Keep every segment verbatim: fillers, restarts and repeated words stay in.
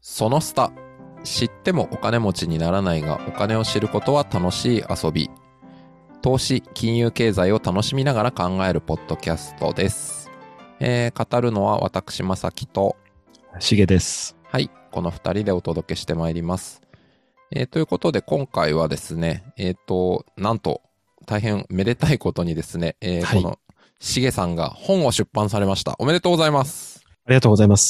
そのスタ、知ってもお金持ちにならないがお金を知ることは楽しい遊び。投資、金融経済を楽しみながら考えるポッドキャストです。えー、語るのは私まさきとしげです。 はい、この二人でお届けしてまいります。えー、ということで今回はですね、えっと、なんと大変めでたいことにですね、えーはい、このしげさんが本を出版されました。おめでとうございます。 ありがとうございます。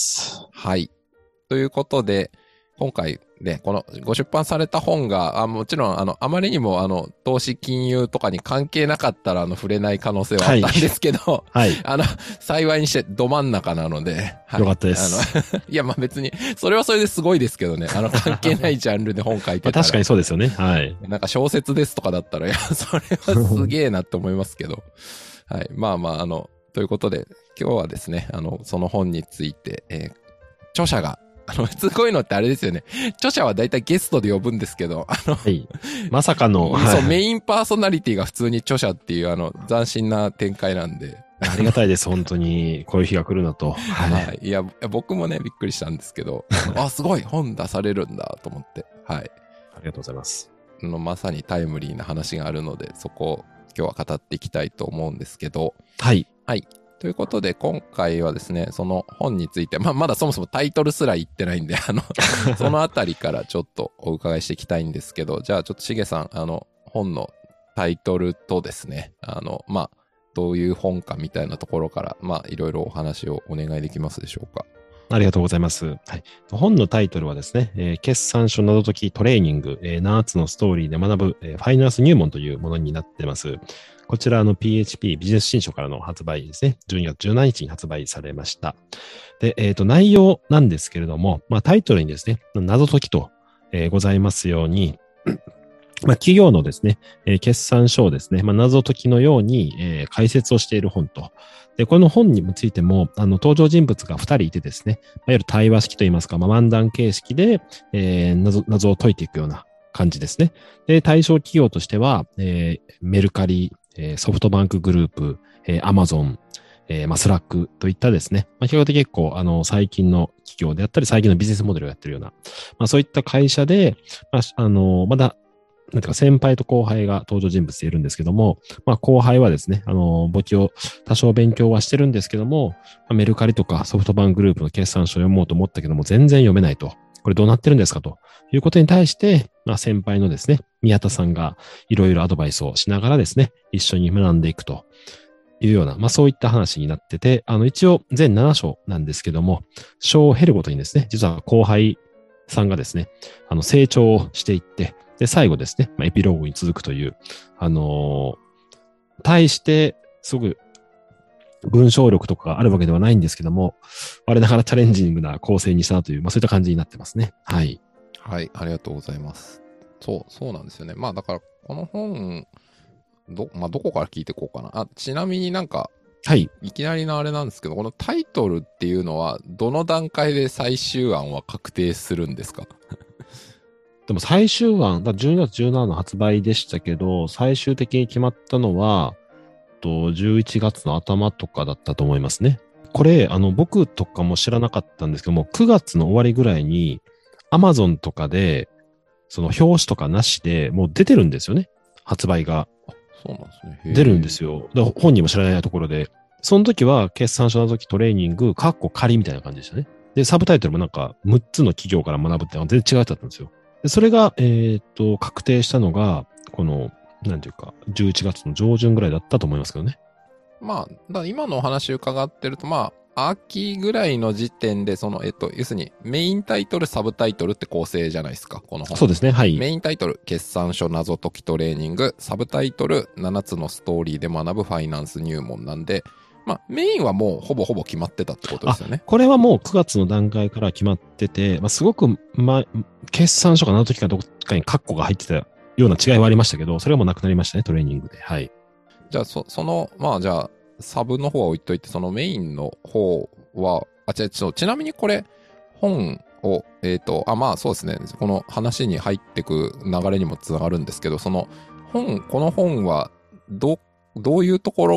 はい。ということで、今回ね、このご出版された本が、あもちろん、あの、あまりにも、あの、投資金融とかに関係なかったら、あの、触れない可能性はあったんですけど、はい。あの、幸いにしてど真ん中なので、 はい、よかったです。 あの、いや、まあ別に、それはそれですごいですけどね、あの、関係ないジャンルで本書いてたら。 まあ確かにそうですよね。はい。 なんか小説ですとかだったら、いや、それはすげえなって思いますけど、はい。まあまあ、あの、ということで、今日はですね、あの、その本について、えー、著者が、あの、普通こういうのってあれですよね。著者はだいたいゲストで呼ぶんですけど、あの、はい、 まさかの、 そう、メインパーソナリティが普通に著者っていう、あの、斬新な展開なんで。 ありがたいです、本当に。こういう日が来るなと。 はい。はい、いや、僕もね、びっくりしたんですけど、あ、すごい、本出されるんだと思って。はい。 ありがとうございます。 のまさにタイムリーな話があるので、そこを今日は語っていきたいと思うんですけど。 はい。 はい。ということで、今回はですね、その本について、まあ、まだそもそもタイトルすら言ってないんで、あの、そのあたりからちょっとお伺いしていきたいんですけど、じゃあちょっとしげさん、あの、本のタイトルとですね、あの、まあ、どういう本かみたいなところから、まあ、いろいろお話をお願いできますでしょうか。 ありがとうございます。はい。本のタイトルはですね、えー、決算書謎解きトレーニング、えー、ななつのストーリーで学ぶ、えー、ファイナンス入門というものになっています。こちらの ピーエイチピー ビジネス新書からの発売ですね。じゅうにがつじゅうしちにちに発売されました。で、えっと、内容なんですけれども、まあ、タイトルにですね、謎解きと、えー、ございますように、まあ、企業のですね、えー、決算書をですね、まあ、謎解きのように、えー、解説をしている本と。で、この本についても、あの、登場人物がふたりいてですね、いわゆる対話式といいますか、まあ、漫談形式で、えー、謎、謎を解いていくような感じですね。で、対象企業としては、えー、メルカリ、えー、ソフトバンクグループ、えー、アマゾン、えー、まあ、スラックといったですね、まあ、比較的結構、あの、最近の企業であったり、最近のビジネスモデルをやってるような、まあ、そういった会社で、まあ、あの、まだ、なんていうか先輩と後輩が登場人物でいるんですけども、まあ後輩はですね、あの、簿記を多少勉強はしてるんですけども、メルカリとかソフトバンクグループの決算書を読もうと思ったけども全然読めないと。これどうなってるんですかということに対して、まあ先輩のですね、宮田さんがいろいろアドバイスをしながらですね、一緒に学んでいくというような、まあそういった話になってて、あの一応全なな章なんですけども、章を経るごとにですね、実は後輩さんがですね、あの成長をしていって、で、最後ですね、まあ、エピローグに続くという、あのー、対して、すごく文章力とかがあるわけではないんですけども、我ながらチャレンジングな構成にしたという、まあそういった感じになってますね。はい。 はい、ありがとうございます。そう、そうなんですよね。まあだから、この本、ど、まあどこから聞いていこうかな。あ、ちなみになんか、はい。いきなりのあれなんですけど、このタイトルっていうのは、どの段階で最終案は確定するんですか？ でも最終案、じゅうにがつじゅうしちにちの発売でしたけど、最終的に決まったのは、とじゅういちがつの頭とかだったと思いますね。これ、あの、僕とかも知らなかったんですけども、くがつの終わりぐらいに、Amazon とかで、その表紙とかなしでもう出てるんですよね。発売が。 そうなんですね。 出るんですよ。だ本人も知らないところで。その時は、決算書の時トレーニング、カッコ仮みたいな感じでしたね。で、サブタイトルもなんか、むっつの企業から学ぶって全然違うやつだったんですよ。でそれが、えっと、確定したのが、この、なんていうか、じゅういちがつの上旬ぐらいだったと思いますけどね。 まあ、だ今のお話伺ってると、まあ、秋ぐらいの時点で、その、えっと、要するに、メインタイトル、サブタイトルって構成じゃないですか、この本。 そうですね、はい。 メインタイトル、決算書謎解きトレーニング、サブタイトル、ななつのストーリーで学ぶファイナンス入門なんで、まあ、メインはもうほぼほぼ決まってたってことですよね。 これはもうくがつの段階から決まってて、まあ、すごく、ま、決算書か謎解きかどっかにカッコが入ってたような違いはありましたけど、それはもうなくなりましたね、トレーニングで。はい。 じゃあ、そ、その、まあじゃあ、サブの方は置いといて、そのメインの方は、あ、ちょ、ちなみにこれ、本を、えっと、あ、まあそうですね、この話に入ってく流れにもつながるんですけど、その本、この本は、ど、どういうところ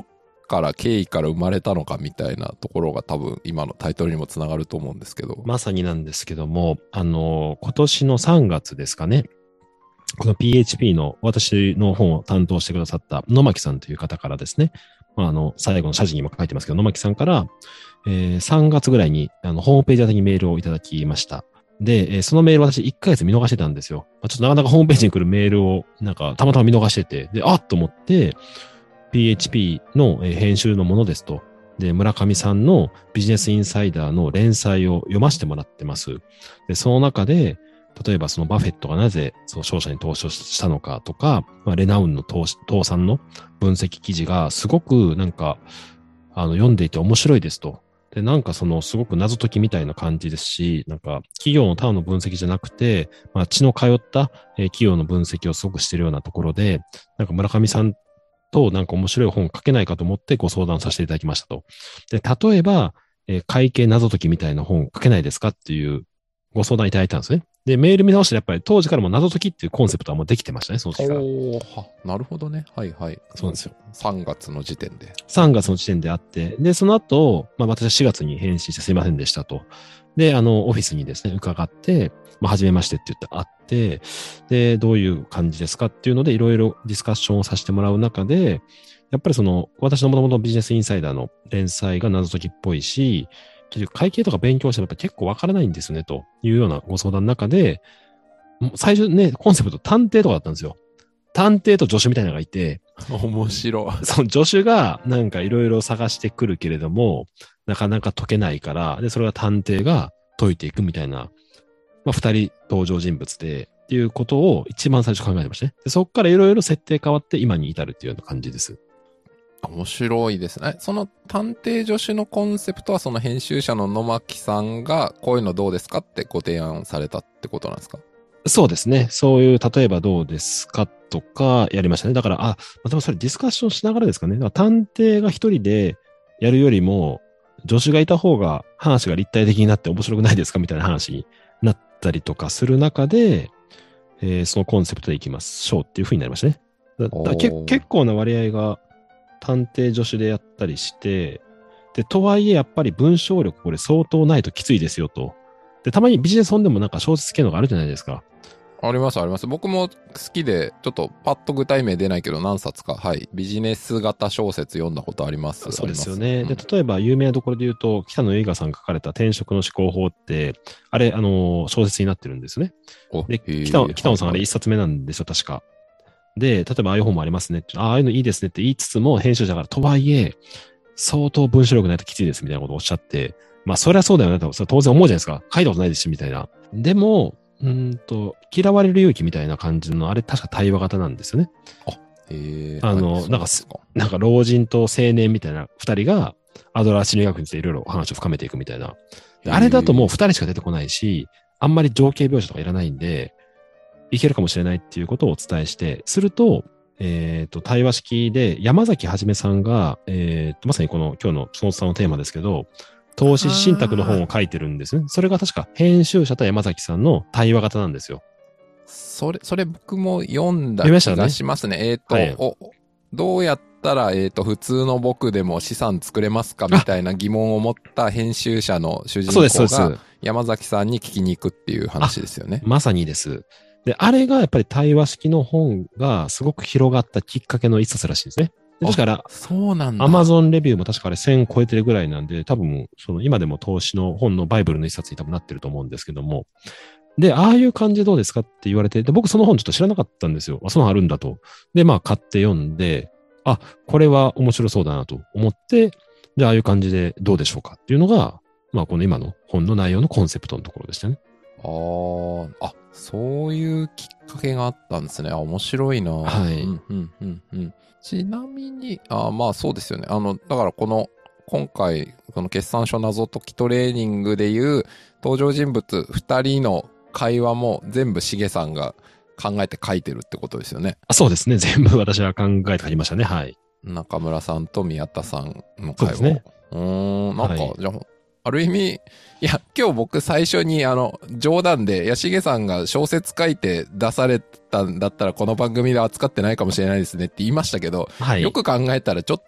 から経緯から生まれたのかみたいなところが多分今のタイトルにもつながると思うんですけど。 まさになんですけども、あの、今年のさんがつですかね。この ピーエイチピー の私の本を担当してくださった野巻さんという方からですね、まあ、あの、最後の謝辞にも書いてますけど、野巻さんから、えー、さんがつぐらいにあのホームページ宛てにメールをいただきました。で、えー、そのメール私いっかげつ見逃してたんですよ。まあ、ちょっとなかなかホームページに来るメールをなんかたまたま見逃してて、で、あっと思って、ピーエイチピー の編集のものですと。で、村上さんのビジネスインサイダーの連載を読ませてもらってます。で、その中で、例えばそのバフェットがなぜその商社に投資をしたのかとか、まあ、レナウンの投資、倒産の分析記事がすごくなんか、あの、読んでいて面白いですと。で、なんかそのすごく謎解きみたいな感じですし、なんか企業の単の分析じゃなくて、まあ、血の通った企業の分析をすごくしているようなところで、なんか村上さんとなんか面白い本書けないかと思ってご相談させていただきましたと。で、例えば、えー、会計謎解きみたいな本書けないですかっていうご相談いただいたんですね。で、メール見直してやっぱり当時からも謎解きっていうコンセプトはもうできてましたね、その時から。 おー、は、なるほどね。はいはい。 そうなんですよ。 さんがつの時点で。 さんがつの時点であって、で、その後、まあ私はしがつに返信してすいませんでしたと。で、あの、オフィスにですね、伺って、まあ、はじめましてって言って会って、で、どういう感じですかっていうので、いろいろディスカッションをさせてもらう中で、やっぱりその、私のもともとビジネスインサイダーの連載が謎解きっぽいし、結局会計とか勉強してもやっぱ結構わからないんですよね、というようなご相談の中で、最初ね、コンセプト探偵とかだったんですよ。探偵と助手みたいなのがいて、 面白い。 その助手がなんかいろいろ探してくるけれども、なかなか解けないから、で、それは探偵が解いていくみたいな、まあ、二人登場人物で、っていうことを一番最初考えてましたね。でそこからいろいろ設定変わって今に至るっていうような感じです。 面白いですね。その探偵助手のコンセプトはその編集者の野巻さんがこういうのどうですかってご提案されたってことなんですか？ そうですね。そういう、例えばどうですかとかやりましたね。だから、あ、でもそれディスカッションしながらですかね。だから探偵が一人でやるよりも、助手がいた方が話が立体的になって面白くないですかみたいな話になったりとかする中で、えー、そのコンセプトでいきましょうっていう風になりましたね。だだけ結構な割合が探偵助手でやったりして、で、とはいえやっぱり文章力これ相当ないときついですよと。で、たまにビジネス本でもなんか小説系のがあるじゃないですか。 ありますあります。僕も好きで、ちょっとパッと具体名出ないけど何冊か、はい。ビジネス型小説読んだことあります。 そうですよね。 うん、 で、例えば有名なところで言うと、北野由香さんが書かれた転職の思考法って、あれ、あの、小説になってるんですよね。で、北野、北野さんあれ一冊目なんですよ、確か。で、例えばああいう本もありますねって、ああいうのいいですねって言いつつも、編集者からとはいえ、相当文章力ないときついですみたいなことをおっしゃって、まあ、そりゃそうだよねと、それ当然思うじゃないですか。書いたことないですし、みたいな。でも、うんと、嫌われる勇気みたいな感じの、あれ確か対話型なんですよね。 あ、へえ。 あの、なんか、なんか老人と青年みたいな二人が、アドラー心理学についていろいろ話を深めていくみたいな。あれだともう二人しか出てこないし、あんまり情景描写とかいらないんで、いけるかもしれないっていうことをお伝えして、すると、えっと、対話式で山崎はじめさんが、えっと、まさにこの今日のそのさんのテーマですけど、投資信託の本を書いてるんですね。それが確か編集者と山崎さんの対話型なんですよ。 それ、それ僕も読んだ気がしますね。えっと、はい、お、どうやったら、えっと、普通の僕でも資産作れますかみたいな疑問を持った編集者の主人公が山崎さんに聞きに行くっていう話ですよね。 まさにです。で、あれがやっぱり対話式の本がすごく広がったきっかけの一冊らしいんですね。ですから、 そうなんだ。 アマゾンレビューも確かあれせん超えてるぐらいなんで、多分、その今でも投資の本のバイブルの一冊に多分なってると思うんですけども。で、ああいう感じでどうですかって言われて、で、僕その本ちょっと知らなかったんですよ。あ、そのあるんだと。で、まあ買って読んで、あ、これは面白そうだなと思って、じゃあああいう感じでどうでしょうかっていうのが、まあこの今の本の内容のコンセプトのところでしたね。 ああ、あ、そういうきっかけがあったんですね。あ、面白いな。 はい。 うん、うん、うん、うん。ちなみに、あ、まあそうですよね。あの、だからこの、今回、この決算書謎解きトレーニングでいう登場人物二人の会話も全部しげさんが考えて書いてるってことですよね。 あ、そうですね。全部私は考えて書きましたね。はい。 中村さんと宮田さんの会話。そうですね。 うーん、なんか、はい、じゃあ、ある意味、いや、今日僕最初にあの、冗談で、やしげさんが小説書いて出されたんだったらこの番組で扱ってないかもしれないですねって言いましたけど、はい、よく考えたらちょっと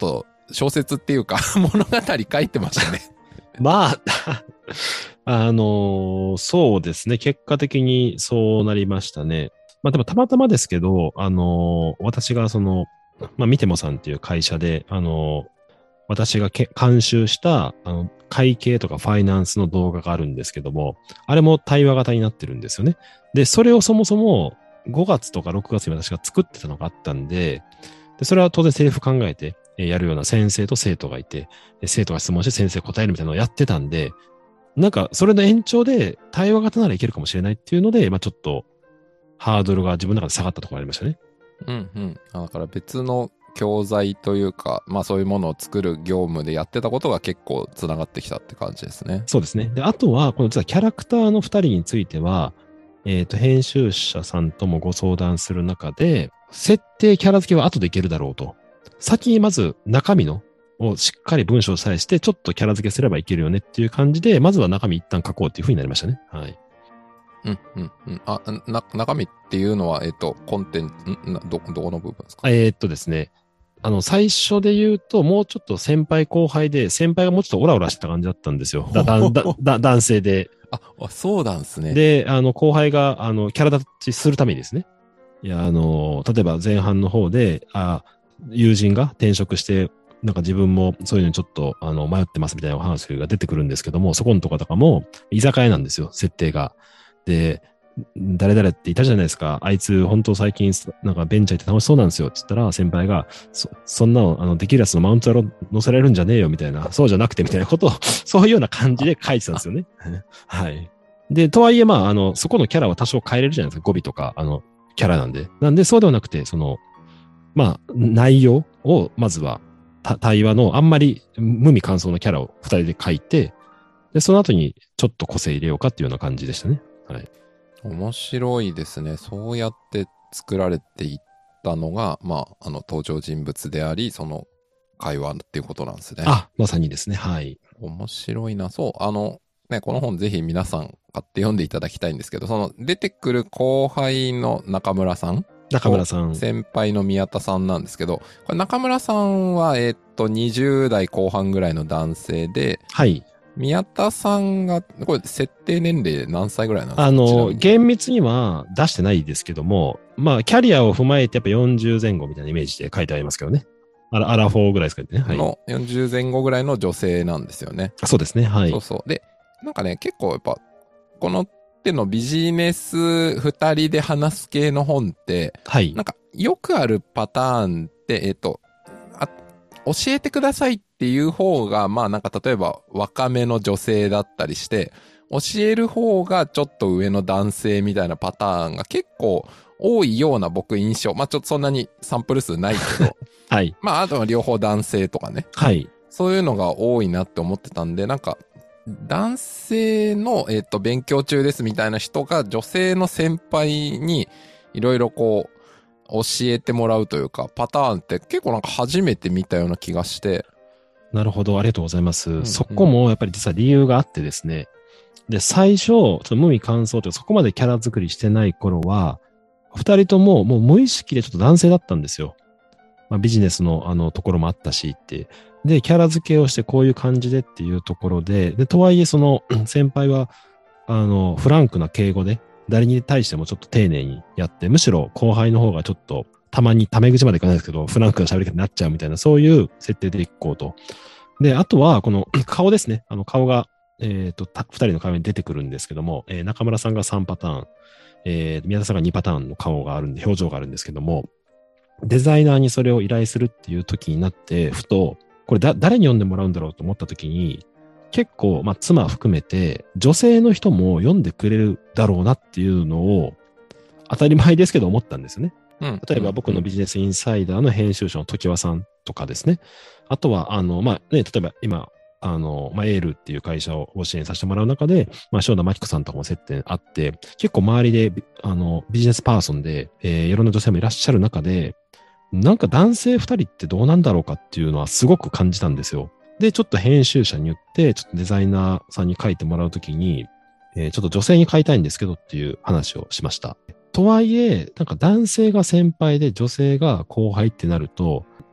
小説っていうか物語書いてましたね。 まあ、あのーそうですね。結果的にそうなりましたね。まあでもたまたまですけど、あのー私がその、まあ、ミテモさんっていう会社で、あのー私がけ監修した、あの、会計とかファイナンスの動画があるんですけども、あれも対話型になってるんですよね。で、それをそもそもごがつとかろくがつに私が作ってたのがあったんで、で、それは当然セリフ考えてえーやるような先生と生徒がいて、で生徒が質問して先生答えるみたいなのをやってたんで、なんかそれの延長で対話型ならいけるかもしれないっていうので、まあちょっとハードルが自分の中で下がったところがありましたね。 うんうん。あだから別の教材というか、まあそういうものを作る業務でやってたことが結構つながってきたって感じですね。 そうですね。で、あとは、この実はキャラクターのふたりについては、えっと、編集者さんともご相談する中で、設定、キャラ付けは後でいけるだろうと。先にまず中身のをしっかり文章さえして、ちょっとキャラ付けすればいけるよねっていう感じで、まずは中身一旦書こうっていう風になりましたね。はい。 うんうんうん。あ、な、中身っていうのは、えっと、コンテンツ、んなど、どこの部分ですか？ えーっとですね。あの、最初で言うと、もうちょっと先輩後輩で、先輩がもうちょっとオラオラしてた感じだったんですよ。だ、だ、だ、だ男性で。 あ、あそうなんですね。 で、あの、後輩が、あの、キャラ立ちするためにですね。いや、あの、例えば前半の方で、あ、友人が転職して、なんか自分もそういうのちょっと、あの、迷ってますみたいなお話が出てくるんですけども、そこのとことかも、居酒屋なんですよ、設定が。で、誰々っていたじゃないですか。あいつ、本当最近、なんかベンチャー行って楽しそうなんですよ。って言ったら、先輩が、そ、そんなの、あの、できるやつのマウントやろ、乗せられるんじゃねえよ、みたいな。そうじゃなくて、みたいなことを、そういうような感じで書いてたんですよね。はい。で、とはいえ、まあ、あの、そこのキャラは多少変えれるじゃないですか。語尾とか、あの、キャラなんで。なんで、そうではなくて、その、まあ、内容を、まずは、対話のあんまり無味乾燥のキャラを二人で書いて、で、その後にちょっと個性入れようかっていうような感じでしたね。はい。 面白いですね。そうやって作られていったのが、まあ、あの、登場人物であり、その会話っていうことなんですね。 あ、まさにですね。はい。 面白いな。そう、あの、ね、この本ぜひ皆さん買って読んでいただきたいんですけど、その出てくる後輩の中村さん中村さん。 先輩の宮田さんなんですけど、これ中村さんは、えーっと、にじゅう代後半ぐらいの男性で、 はい。 宮田さんが、これ設定年齢何歳ぐらいなんですか？ あの、 に厳密には出してないですけども、まあ、キャリアを踏まえてやっぱよんじゅう前後みたいなイメージで書いてありますけどね。アラ、アラフォーぐらいですかね。はい。 のよんじゅう前後ぐらいの女性なんですよね。 そうですね。はい。 そうそう。で、なんかね、結構やっぱ、この手のビジネス二人で話す系の本って、 はい。 なんかよくあるパターンって、えっと、あ、教えてくださいっていう方が、まあなんか例えば若めの女性だったりして、教える方がちょっと上の男性みたいなパターンが結構多いような僕印象。まあちょっとそんなにサンプル数ないけど、 はい。 まああとは両方男性とかね。 はい。 そういうのが多いなって思ってたんで、なんか、男性の、えっと、勉強中ですみたいな人が女性の先輩にいろいろこう、教えてもらうというか、パターンって結構なんか初めて見たような気がして。 なるほど。ありがとうございます。 んうん、 そこもやっぱり実は理由があってですね。で、最初、ちょっと無味乾燥というかそこまでキャラ作りしてない頃は、二人とももう無意識でちょっと男性だったんですよ。まあ、ビジネスのあのところもあったしって。で、キャラ付けをしてこういう感じでっていうところで、で、とはいえその先輩は、あの、フランクな敬語で、誰に対してもちょっと丁寧にやって、むしろ後輩の方がちょっと、たまにタメ口までいかないですけど、フランクな喋り方になっちゃうみたいな、そういう設定でいこうと。で、あとは、この顔ですね。あの、顔が、えっと、二人の顔に出てくるんですけども、えー中村さんがさんパターン、えー宮田さんがにパターンの顔があるんで、表情があるんですけども、デザイナーにそれを依頼するっていう時になって、ふと、これだ、誰に読んでもらうんだろうと思った時に、結構、まあ、妻含めて、女性の人も読んでくれるだろうなっていうのを、当たり前ですけど思ったんですよね。 うん、 例えば僕のビジネスインサイダーの編集者の時和さんとかですね。あとは、あの、まあ、ね、例えば今、あの、まあ、エールっていう会社をご支援させてもらう中で、まあ、正田真紀子さんとかも接点あって、結構周りで、あの、ビジネスパーソンで、えー、いろんな女性もいらっしゃる中で、なんか男性二人ってどうなんだろうかっていうのはすごく感じたんですよ。で、ちょっと編集者に言って、ちょっとデザイナーさんに書いてもらうときに、えー、ちょっと女性に書いたいんですけどっていう話をしました。とはいえ、なんか男性が先輩で女性が後輩ってなると、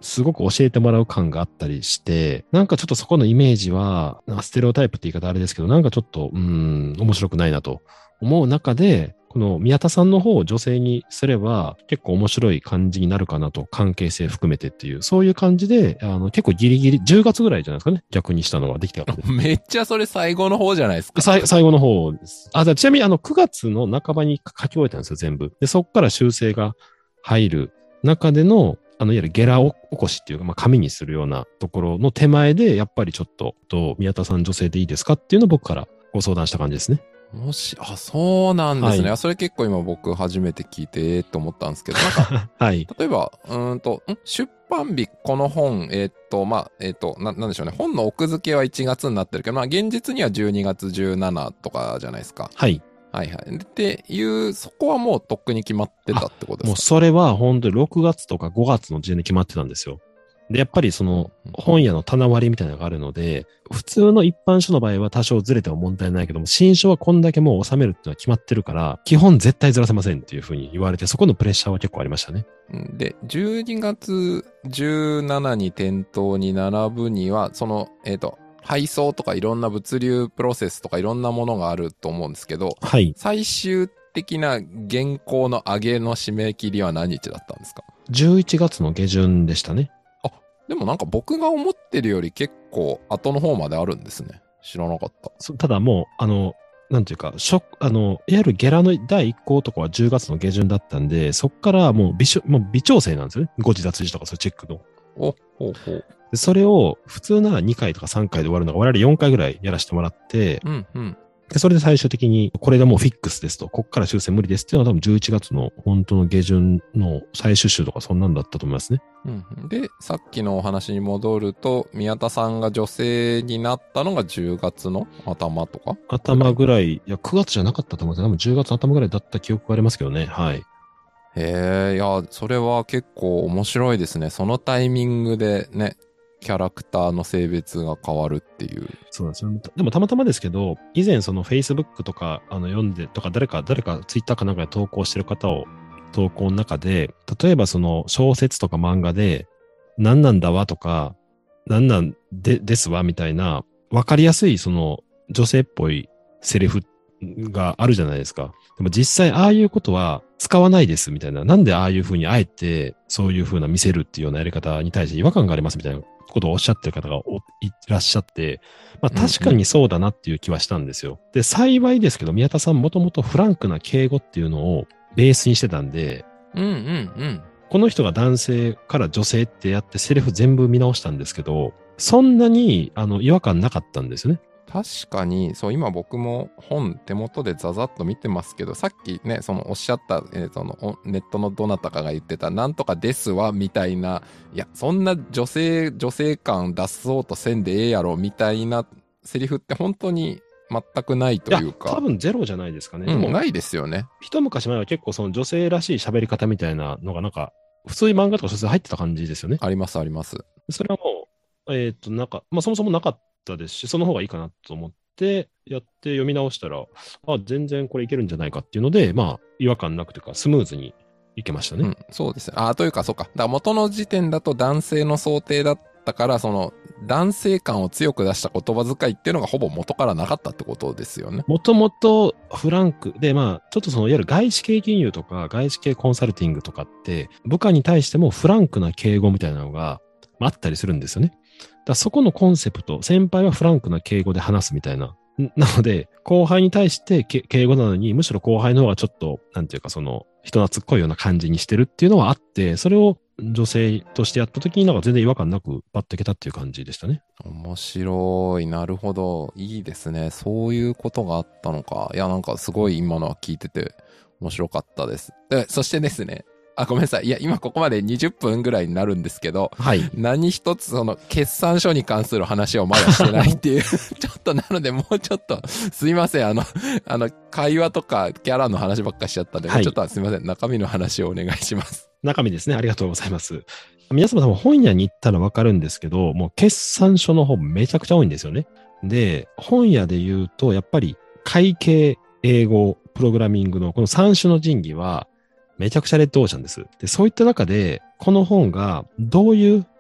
すごく教えてもらう感があったりして、なんかちょっとそこのイメージは、ステレオタイプって言い方あれですけど、なんかちょっと、うーん、面白くないなと思う中で、この宮田さんの方を女性にすれば結構面白い感じになるかなと、関係性含めてっていう、そういう感じで、あの結構ギリギリ、じゅうがつぐらいじゃないですかね、逆にしたのはできたかった。 めっちゃそれ最後の方じゃないですか。 最最後の方です。あ、ちなみにあのくがつの半ばに書き終えたんですよ、全部。で、そこから修正が入る中での、あの、いわゆるゲラ起こしっていうか、まあ、紙にするようなところの手前で、やっぱりちょっと、と宮田さん女性でいいですかっていうのを僕からご相談した感じですね。 もし、あ、そうなんですね。 はい、 それ結構今僕初めて聞いて、えーって思ったんですけど、なんか、 はい。 例えば、うーんと、ん出版日、この本、えーっと、まあ、えーっと、な、なんでしょうね。本の奥付けはいちがつになってるけど、まあ、現実にはじゅうにがつじゅうしちにちとかじゃないですか。 はい。 はいはい。っていう、そこはもうとっくに決まってたってことですか？ もうそれは本当にろくがつとかごがつの時点で決まってたんですよ。で、やっぱりその本屋の棚割りみたいなのがあるので、普通の一般書の場合は多少ずれても問題ないけども、新書はこんだけもう収めるっていうのは決まってるから、基本絶対ずらせませんっていうふうに言われて、そこのプレッシャーは結構ありましたね。 で、じゅうにがつじゅうしちにちに店頭に並ぶには、その、えっと、配送とかいろんな物流プロセスとかいろんなものがあると思うんですけど、 はい。 最終的な原稿の上げの締め切りは何日だったんですか？ じゅういちがつの下旬でしたね。 あ、でもなんか僕が思ってるより結構後の方まであるんですね。知らなかった。 ただもう、あの、なんていうか、しょあの、いわゆるゲラのだいいっ項とかはじゅうがつの下旬だったんで、そっからもう微もう微調整なんですよね。誤字脱字とかそういうチェックの。 お、ほうほう。 でそれを普通ならにかいとかさんかいで終わるのが我々よんかいぐらいやらせてもらって、 うんうん。 でそれで最終的にこれがもうフィックスですと、こっから修正無理ですっていうのは多分じゅういちがつの本当の下旬の最終週とかそんなんだったと思いますね。 うんうん、で、さっきのお話に戻ると、宮田さんが女性になったのがじゅうがつの頭とか頭ぐらい、いやくがつじゃなかったと思うんですけど、多分じゅうがつ頭ぐらいだった記憶がありますけどね。はい。 へえ、いや、それは結構面白いですね。そのタイミングでね、キャラクターの性別が変わるっていう。 そうなんですよ。でもたまたまですけど、以前その Facebook とかあの読んでとか、誰か、誰か Twitter かなんかで投稿してる方を投稿の中で、例えばその小説とか漫画で、何なんだわとか、何なんでですわみたいな、わかりやすいその女性っぽいセリフがあるじゃないですか。でも実際ああいうことは使わないですみたいな。なんでああいうふうにあえてそういうふうな見せるっていうようなやり方に対して違和感がありますみたいなことをおっしゃってる方がいらっしゃって、まあ確かにそうだなっていう気はしたんですよ。で、幸いですけど宮田さんもともとフランクな敬語っていうのをベースにしてたんで、 うんうんうん。 この人が男性から女性ってやってセリフ全部見直したんですけど、そんなにあの違和感なかったんですよね。 確かに、そう、今僕も本手元でザザッと見てますけど、さっきね、そのおっしゃった、えー、そのネットのどなたかが言ってた、なんとかですわ、みたいな、いや、そんな女性、女性感出そうとせんでええやろ、みたいなセリフって本当に全くないというか。 いや、多分ゼロじゃないですかね。 うん、 でもないですよね。 一昔前は結構その女性らしい喋り方みたいなのがなんか、普通に漫画とか小説入ってた感じですよね。 あります、あります。 それはもう、えっと、なんか、まあそもそもなかったですし、その方がいいかなと思って、やって読み直したら、あ、全然これいけるんじゃないかっていうので、まあ、違和感なくというか、スムーズにいけましたね。 うん、そうですね。あ、というか、そうか。だから元の時点だと男性の想定だったから、その、男性感を強く出した言葉遣いっていうのがほぼ元からなかったってことですよね。 もともとフランクで、まあ、ちょっとその、いわゆる外資系金融とか外資系コンサルティングとかって、部下に対してもフランクな敬語みたいなのが、まあ、あったりするんですよね。だそこのコンセプト、先輩はフランクな敬語で話すみたいな。なので、後輩に対して敬語なのに、むしろ後輩の方がちょっと、なんていうかその、人懐っこいような感じにしてるっていうのはあって、それを女性としてやった時になんか全然違和感なくパッといけたっていう感じでしたね。 面白い。なるほど。いいですね。そういうことがあったのか。いや、なんかすごい今のは聞いてて面白かったです。で、そしてですね。あ、ごめんなさい。いや、今ここまでにじゅっぷんぐらいになるんですけど、 はい。 何一つその決算書に関する話をまだしてないっていう、ちょっとなのでもうちょっと、すいません。あの、あの、会話とかキャラの話ばっかしちゃったんで、はい、もうちょっとすいません。中身の話をお願いします。 中身ですね。ありがとうございます。皆様多分本屋に行ったらわかるんですけど、もう決算書の方めちゃくちゃ多いんですよね。で、本屋で言うと、やっぱり会計、英語、プログラミングのこのさん種の神器は、めちゃくちゃレッドオーシャンです。で、そういった中で、この本がどういう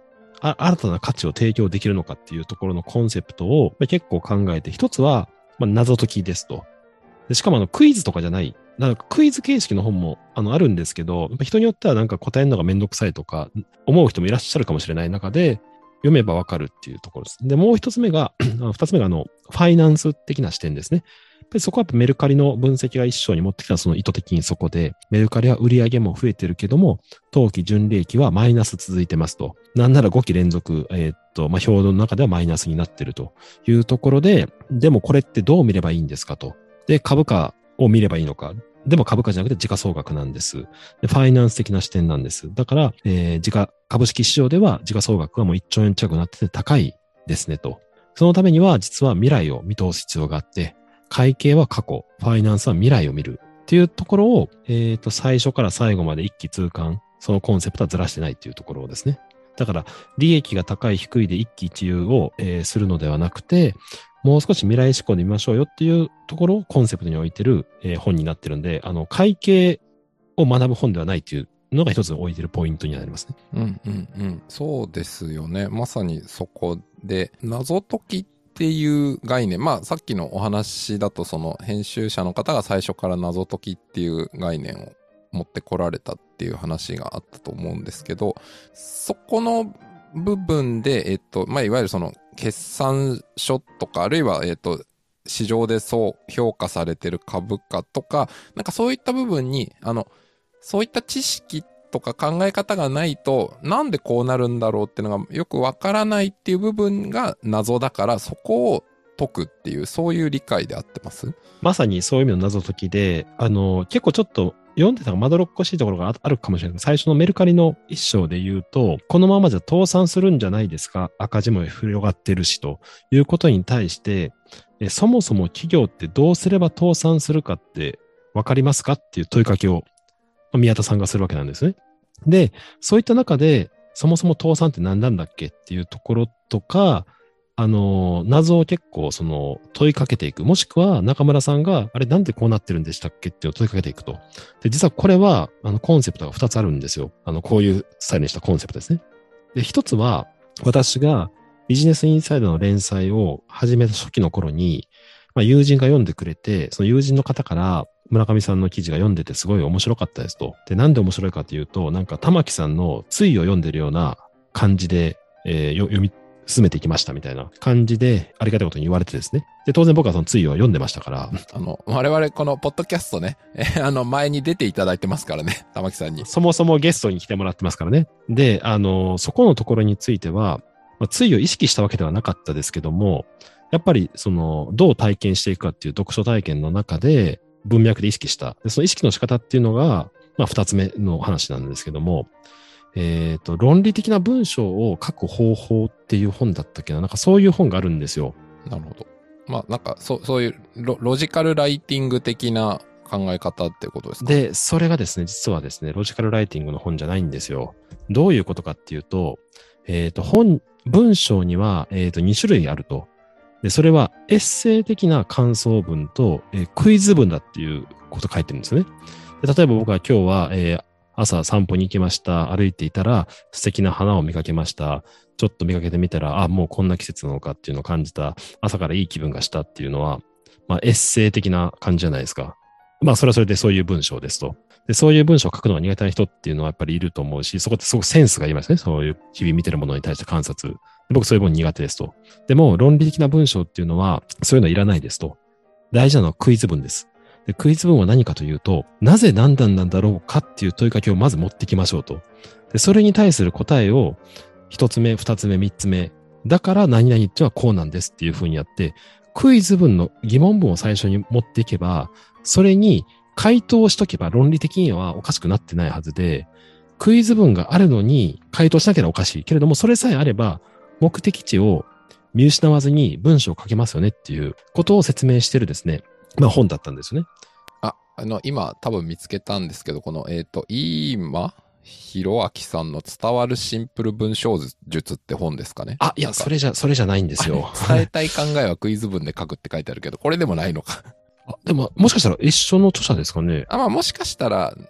あ新たな価値を提供できるのかっていうところのコンセプトを結構考えて、一つは、まあ、謎解きですと。でしかもあのクイズとかじゃない、なんかクイズ形式の本もあのあるんですけど、やっぱ人によってはなんか答えるのがめんどくさいとか思う人もいらっしゃるかもしれない中で、読めばわかるっていうところです。で、もう一つ目が、二つ目があの、ファイナンス的な視点ですね。やっぱりそこはやっぱメルカリの分析が一緒に持ってきたその意図的にそこで、メルカリは売り上げも増えてるけども、当期純利益はマイナス続いてますと。なんならごき連続、えーっと、まあ、表の中ではマイナスになってるというところで、でもこれってどう見ればいいんですかと。で、株価を見ればいいのか。でも株価じゃなくて時価総額なんです。でファイナンス的な視点なんです。だから、えー、時価、株式市場では時価総額はもういっちょうえん近くなってて高いですねと。そのためには実は未来を見通す必要があって、会計は過去、ファイナンスは未来を見るっていうところを、えっと、最初から最後まで一気通貫、そのコンセプトはずらしてないっていうところですね。だから、利益が高い低いで一喜一憂を、えー、するのではなくて、もう少し未来志向で見ましょうよっていうところをコンセプトに置いてる、えー、本になってるんで、あの、会計を学ぶ本ではないっていうのが一つ置いてるポイントになりますね。 うんうんうん。そうですよね。まさにそこで、謎解きっていう概念。まあ、さっきのお話だと、その編集者の方が最初から謎解きっていう概念を持ってこられたっていう話があったと思うんですけど、そこの部分で、えっと、まあ、いわゆるその決算書とか、あるいは、えっと、市場でそう評価されてる株価とか、なんかそういった部分に、あの、そういった知識とか考え方がないと、なんでこうなるんだろうっていうのがよくわからないっていう部分が謎だから、そこを解くっていう、そういう理解で合ってます？ まさにそういう意味の謎解きで、あの、結構ちょっと読んでたらまどろっこしいところがあるかもしれない。最初のメルカリの一章で言うと、このままじゃ倒産するんじゃないですか。赤字も広がってるし、ということに対して、えそもそも企業ってどうすれば倒産するかってわかりますかっていう問いかけを宮田さんがするわけなんですね。で、そういった中で、そもそも倒産って何なんだっけっていうところとか、あの、謎を結構その問いかけていく。もしくは中村さんが、あれなんでこうなってるんでしたっけっていうのを問いかけていくと。で、実はこれは、あの、コンセプトがふたつあるんですよ。あの、こういうスタイルにしたコンセプトですね。で、ひとつは、私がビジネスインサイドの連載を始めた初期の頃に、まあ、友人が読んでくれて、その友人の方から、村上さんの記事が読んでてすごい面白かったですと。で、なんで面白いかというと、なんか玉木さんの追を読んでるような感じで、えー、読み進めていきましたみたいな感じで、ありがたいことに言われてですね。で、当然僕はその追を読んでましたから。 あの、我々このポッドキャストね、えー、あの、前に出ていただいてますからね、玉木さんに。 そもそもゲストに来てもらってますからね。で、あの、そこのところについては、まあ、追を意識したわけではなかったですけども、やっぱり、その、どう体験していくかっていう読書体験の中で、文脈で意識した。でその意識の仕方っていうのが、まあ、二つ目の話なんですけども、えっと、論理的な文章を書く方法っていう本だったっけな、なんかそういう本があるんですよ。 なるほど。まあ、なんか、そう、そういうロ、ロジカルライティング的な考え方ってことですか？ で、それがですね、実はですね、ロジカルライティングの本じゃないんですよ。どういうことかっていうと、えっと、本、文章には、えっと、に種類あると。で、それはエッセイ的な感想文と、えー、クイズ文だっていうこと書いてるんですよね。で例えば僕は今日は、えー、朝散歩に行きました。歩いていたら素敵な花を見かけました。ちょっと見かけてみたら、あ、もうこんな季節なのかっていうのを感じた。朝からいい気分がしたっていうのは、まあエッセイ的な感じじゃないですか。まあそれはそれでそういう文章ですと。で、そういう文章を書くのが苦手な人っていうのはやっぱりいると思うし、そこってすごくセンスがいりますね。そういう日々見てるものに対して観察。僕そういうもの苦手ですと。でも論理的な文章っていうのはそういうのいらないですと。大事なのはクイズ文です。でクイズ文は何かというと、なぜ何段なんだろうかっていう問いかけをまず持ってきましょうと。でそれに対する答えを一つ目、二つ目、三つ目。だから何々ってはこうなんですっていう風にやって、クイズ文の疑問文を最初に持っていけば、それに回答しとけば論理的にはおかしくなってないはずで、クイズ文があるのに回答しなければおかしい。けれども、それさえあれば、目的地を見失わずに文章を書けますよねっていうことを説明してるですね。まあ本だったんですよね。 あ、あの、今多分見つけたんですけど、この、えっと、今、ひろあきさんの伝わるシンプル文章術って本ですかね。 あ、いや、それじゃ、それじゃないんですよ。 伝えたい考えはクイズ文で書くって書いてあるけど、これでもないのか。 あでも、もしかしたら一緒の著者ですかね。 あ、まあもしかしたら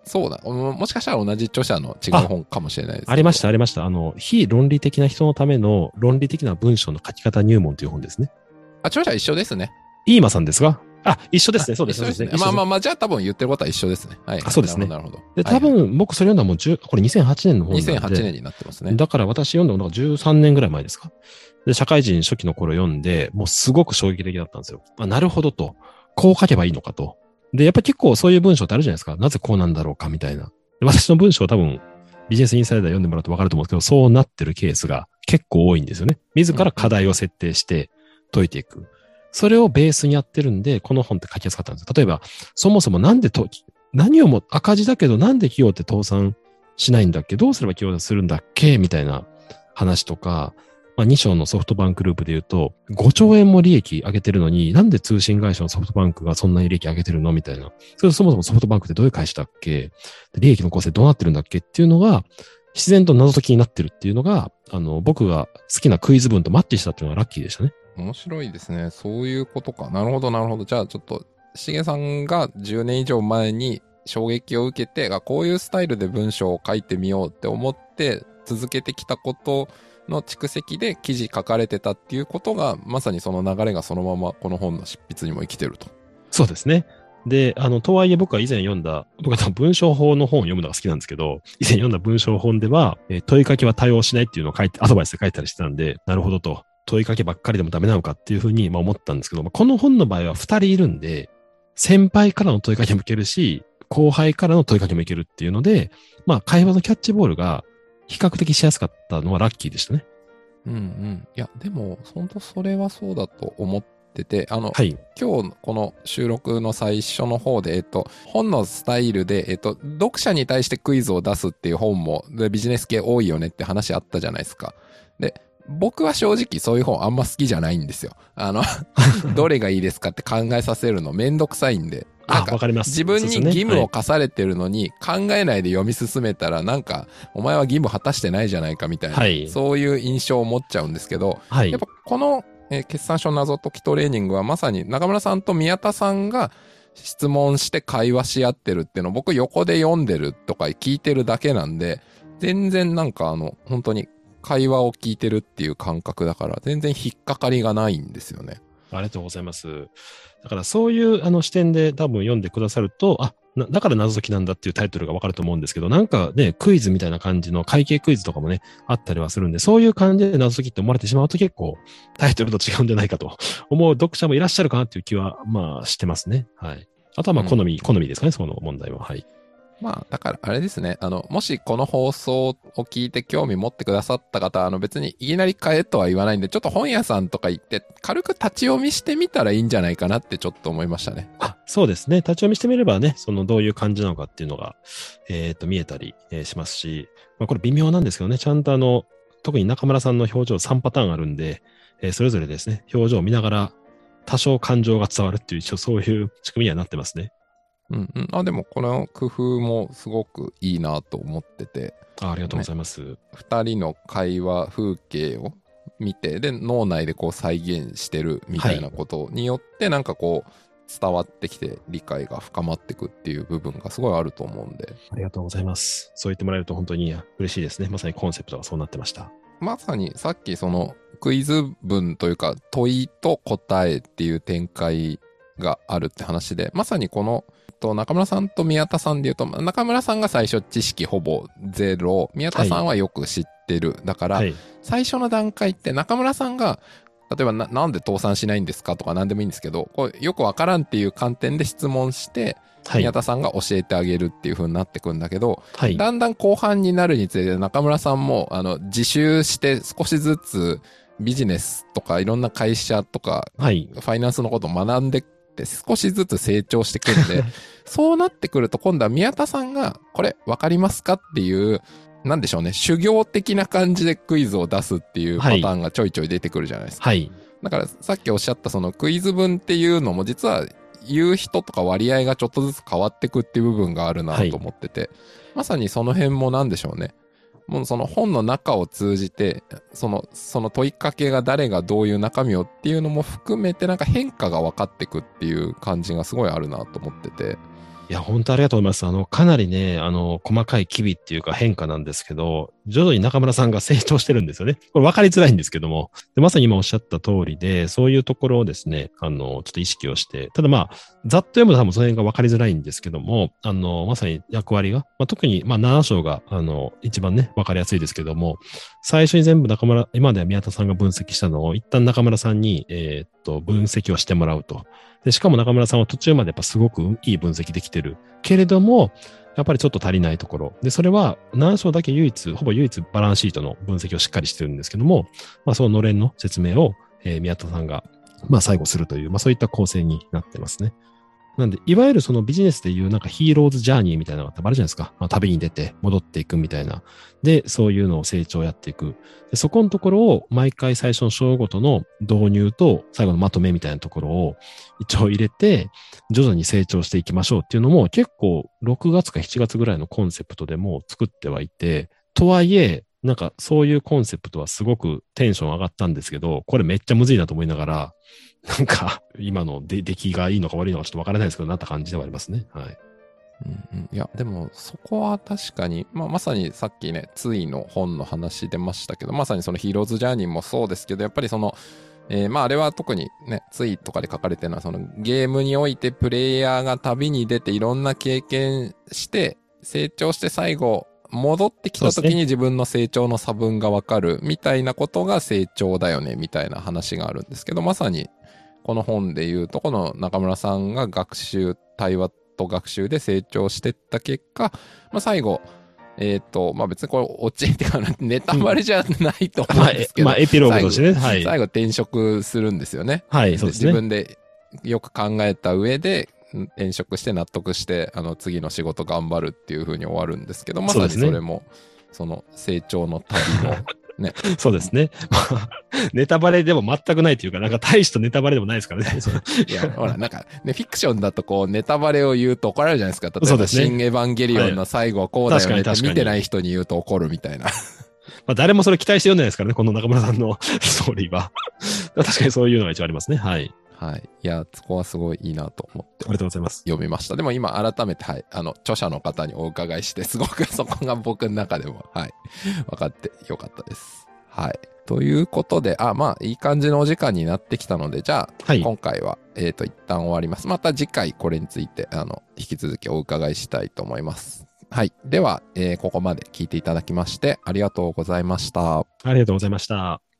そうだ。ももしかしたら同じ著者の違う本かもしれないですけど。 ありました、ありました。あの、非論理的な人のための論理的な文章の書き方入門という本ですね。 あ、著者一緒ですね。 イーマさんですか？あ、一緒ですね。そうです一緒ですね。 そうまあまあまあ、じゃあ多分言ってることは一緒ですね。はい。 あ、そうですね。 なるほど。 で、多分、僕それ読んだのもじゅう、これにせんはちねんの本なんで。 にせんはちねんになってますね。 だから私読んだのがじゅうさんねんぐらい前ですか。で、社会人初期の頃読んで、もうすごく衝撃的だったんですよ。あ、なるほどと。こう書けばいいのかと。で、やっぱり結構そういう文章ってあるじゃないですか。なぜこうなんだろうかみたいな。で私の文章を多分、ビジネスインサイダー読んでもらうと分かると思うんですけど、そうなってるケースが結構多いんですよね。自ら課題を設定して解いていく。それをベースにやってるんで、この本って書きやすかったんです。例えば、そもそもなんでと、何をも赤字だけどなんで企業って倒産しないんだっけ？どうすれば企業するんだっけみたいな話とか、まあ、に章のソフトバンクグループで言うと、ごちょうえんも利益上げてるのに、なんで通信会社のソフトバンクがそんなに利益上げてるのみたいな。それそもそもソフトバンクってどういう会社だっけ？利益の構成どうなってるんだっけっていうのが、自然と謎解きになってるっていうのが、あの、僕が好きなクイズ文とマッチしたっていうのがラッキーでしたね。 面白いですね。そういうことか。なるほど、なるほど。じゃあちょっと、しげさんがじゅうねん以上前に衝撃を受けて、こういうスタイルで文章を書いてみようって思って続けてきたことの蓄積で記事書かれてたっていうことが、まさにその流れがそのままこの本の執筆にも生きてると。 そうですね。で、あの、とはいえ僕は以前読んだ、僕は文章法の本を読むのが好きなんですけど、以前読んだ文章本では、えー問いかけは多用しないっていうのを書いて、アドバイスで書いたりしてたんで、なるほどと。問いかけばっかりでもダメなのかっていうふうにまあ思ったんですけど、まあ、この本の場合はふたりいるんで、先輩からの問いかけもいけるし、後輩からの問いかけもいけるっていうので、まあ会話のキャッチボールが比較的しやすかったのはラッキーでしたね。 うんうん。いや、でも、本当それはそうだと思ってて、あの、 はい。 今日この収録の最初の方で、えっと、本のスタイルで、えっと、読者に対してクイズを出すっていう本も、でビジネス系多いよねって話あったじゃないですか。で、僕は正直そういう本あんま好きじゃないんですよ。あの、どれがいいですかって考えさせるのめんどくさいんで。なんあ、 かわかります。 自分に義務を課されてるのに考えないで読み進めたらなんかお前は義務果たしてないじゃないかみたいな、はい、そういう印象を持っちゃうんですけど、はい、やっぱこの、えー、決算書謎解きトレーニングはまさに中村さんと宮田さんが質問して会話し合ってるっていうのを僕横で読んでるとか聞いてるだけなんで、全然なんかあの本当に会話を聞いてるっていう感覚だから全然引っかかりがないんですよね。 ありがとうございます。だからそういうあの視点で多分読んでくださると、あ、だから謎解きなんだっていうタイトルがわかると思うんですけど、なんかね、クイズみたいな感じの会計クイズとかもね、あったりはするんで、そういう感じで謎解きって思われてしまうと結構タイトルと違うんじゃないかと思う読者もいらっしゃるかなっていう気は、まあしてますね。はい。あとはまあ好み、うん、好みですかね、その問題は。はい。 まあ、だからあれですね。あの、もしこの放送を聞いて興味持ってくださった方は、あの別にいきなり買えとは言わないんで、ちょっと本屋さんとか行って軽く立ち読みしてみたらいいんじゃないかなってちょっと思いましたね。 あ、そうですね。立ち読みしてみればね、そのどういう感じなのかっていうのが、えっと、見えたり、えー、しますし、まあこれ微妙なんですけどね、ちゃんとあの、特に中村さんの表情さんパターンあるんで、えー、それぞれですね、表情を見ながら多少感情が伝わるっていう、一応そういう仕組みにはなってますね。 うんうん。あ、でもこの工夫もすごくいいなと思ってて。 あ、ありがとうございます。 ね、二人の会話風景を見て、で、脳内でこう再現してるみたいなことによって、なんかこう伝わってきて理解が深まってくっていう部分がすごいあると思うんで。 ありがとうございます。そう言ってもらえると本当に嬉しいですね。まさにコンセプトがそうなってました。 まさにさっきそのクイズ文というか問いと答えっていう展開があるって話で、まさにこの中村さんと宮田さんで言うと、中村さんが最初知識ほぼゼロ、宮田さんはよく知ってる。はい、だから、はい、最初の段階って中村さんが、例えば な, なんで倒産しないんですかとか何でもいいんですけど、こうよくわからんっていう観点で質問して、はい、宮田さんが教えてあげるっていう風になってくんだけど、はい、だんだん後半になるにつれて中村さんもあの自習して少しずつビジネスとかいろんな会社とか、はい、ファイナンスのことを学んでって少しずつ成長してくんで、そうなってくると今度は宮田さんがこれわかりますかっていう、なんでしょうね、修行的な感じでクイズを出すっていうパターンがちょいちょい出てくるじゃないですか。はい。だからさっきおっしゃったそのクイズ文っていうのも実は言う人とか割合がちょっとずつ変わってくっていう部分があるなと思ってて、はい、まさにその辺もなんでしょうね。もうその本の中を通じて、その、その問いかけが誰がどういう中身をっていうのも含めてなんか変化が分かってくっていう感じがすごいあるなと思ってて。 いいや、本当ありがとうございます。あの、かなりね、あの、細かい機微っていうか変化なんですけど、徐々に中村さんが成長してるんですよね。これ分かりづらいんですけども。で、まさに今おっしゃった通りで、そういうところをですね、あの、ちょっと意識をして、ただまあ、ざっと読むと多分その辺が分かりづらいんですけども、あの、まさに役割が、まあ、特に、まあ、なな章が、あの、一番ね、分かりやすいですけども、最初に全部中村、今までは宮田さんが分析したのを、一旦中村さんに、えーっと、分析をしてもらうと。で、しかも中村さんは途中までやっぱすごくいい分析できてる。けれども、やっぱりちょっと足りないところ。で、それは何章だけ唯一、ほぼ唯一バランスシートの分析をしっかりしてるんですけども、まあそののれんの説明を、えー宮田さんが、まあ最後するという、まあそういった構成になってますね。なんで、いわゆるそのビジネスでいうなんかヒーローズジャーニーみたいなのがあるじゃないですか。まあ、旅に出て戻っていくみたいな。で、そういうのを成長をやっていく。で、そこのところを毎回最初の章ごとの導入と最後のまとめみたいなところを一応入れて、徐々に成長していきましょうっていうのも結構ろくがつかしちがつぐらいのコンセプトでも作ってはいて、とはいえ、なんかそういうコンセプトはすごくテンション上がったんですけど、これめっちゃむずいなと思いながら、なんか、今の出来がいいのか悪いのかちょっとわからないですけど、なった感じではありますね。はい。 うんうん、いや、でも、そこは確かに、まあ、まさにさっきね、ついの本の話出ましたけど、まさにそのヒーローズジャーニーもそうですけど、やっぱりその、えー、まあ、あれは特にね、ついとかで書かれてるのは、そのゲームにおいてプレイヤーが旅に出ていろんな経験して、成長して最後、戻ってきた時に自分の成長の差分がわかるみたいなことが成長だよね、みたいな話があるんですけど、まさに、この本で言うと、この中村さんが学習、対話と学習で成長していった結果、まあ、最後、えっ、ー、と、まあ、別にこれ、オチっていうか、ネタバレじゃないと思うんですけど、 まあ、まあ、エピローグとしてね、はい。 最後転職するんですよね。 はい、そうですね。 自分でよく考えた上で、転職して納得して、あの、次の仕事頑張るっていう風に終わるんですけど、まさにそれも、その成長の旅の、ね。 そうですね。まあ、ネタバレでも全くないというか、なんか大したネタバレでもないですからね。 いや、ほら、なんか、ね、フィクションだとこう、ネタバレを言うと怒られるじゃないですか。例えば、ね、新エヴァンゲリオンの最後はこうだよねって見てない人に言うと怒るみたいな。 まあ、誰もそれ期待して読んでないですからね、この中村さんのストーリーは。確かにそういうのが一応ありますね。はい。 はい。いや、そこはすごいいいなと思って。 ありがとうございます。 読みました。でも今改めて、はい。あの、著者の方にお伺いして、すごくそこが僕の中でも、はい。分かってよかったです。はい。ということで、あ、まあ、いい感じのお時間になってきたので、じゃあ、はい、今回は、えっと、一旦終わります。また次回これについて、あの、引き続きお伺いしたいと思います。はい。では、えー、ここまで聞いていただきまして、ありがとうございました。 ありがとうございました。